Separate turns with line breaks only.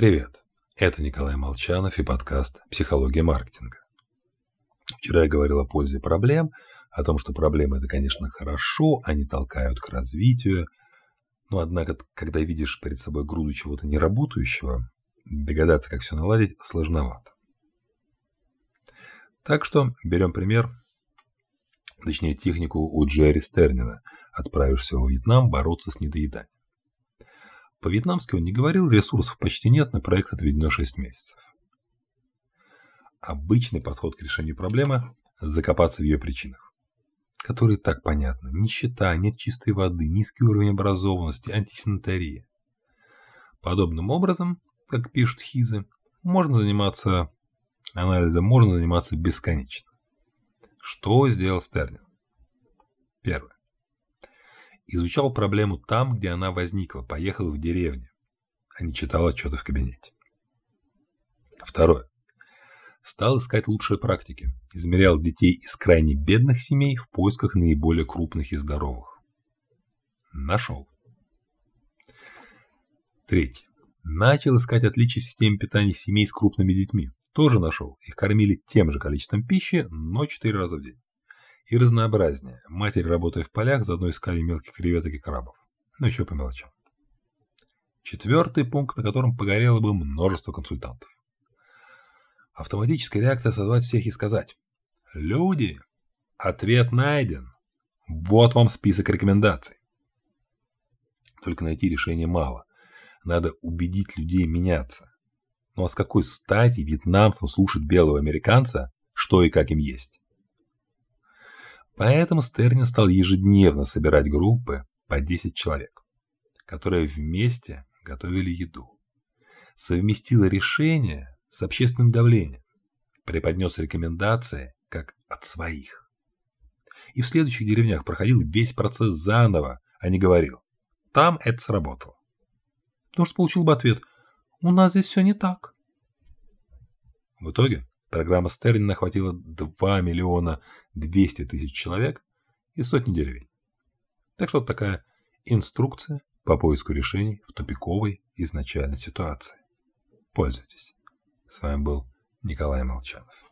Привет, это Николай Молчанов и подкаст «Психология маркетинга». Вчера я говорил о пользе проблем, о том, что проблемы – это, конечно, хорошо, они толкают к развитию, но, однако, когда видишь перед собой груду чего-то неработающего, догадаться, как все наладить, сложновато. Так что берем пример, точнее технику у Джерри Стернина. Отправишься во Вьетнам бороться с недоеданием. По-вьетнамски он не говорил, ресурсов почти нет, на проект отведено 6 месяцев. Обычный подход к решению проблемы – закопаться в ее причинах, которые так понятны. Нищета, нет чистой воды, низкий уровень образованности, антисанитария. Подобным образом, как пишут хизы, анализом можно заниматься бесконечно. Что сделал Стернин? Первое. Изучал проблему там, где она возникла, поехал в деревню, а не читал отчеты в кабинете. Второе. Стал искать лучшие практики, измерял детей из крайне бедных семей в поисках наиболее крупных и здоровых. Нашел. Третье. Начал искать отличия в системе питания семей с крупными детьми. Тоже нашел. Их кормили тем же количеством пищи, но 4 раза в день. И разнообразнее. Матери, работая в полях, заодно искали мелких креветок и крабов. Но еще по мелочам. Четвертый пункт, на котором погорело бы множество консультантов. Автоматическая реакция созвать всех и сказать: «Люди, ответ найден. Вот вам список рекомендаций». Только найти решение мало. Надо убедить людей меняться. Ну а с какой стати вьетнамцам слушать белого американца, что и как им есть? Поэтому Стернин стал ежедневно собирать группы по 10 человек, которые вместе готовили еду. Совместил решение с общественным давлением, преподнес рекомендации как от своих. И в следующих деревнях проходил весь процесс заново, а не говорил: «Там это сработало». Потому что получил бы ответ: «У нас здесь все не так». В итоге программа Стернина охватила 2 миллиона 200 тысяч человек и сотни деревень. Так что такая инструкция по поиску решений в тупиковой изначальной ситуации. Пользуйтесь. С вами был Николай Молчанов.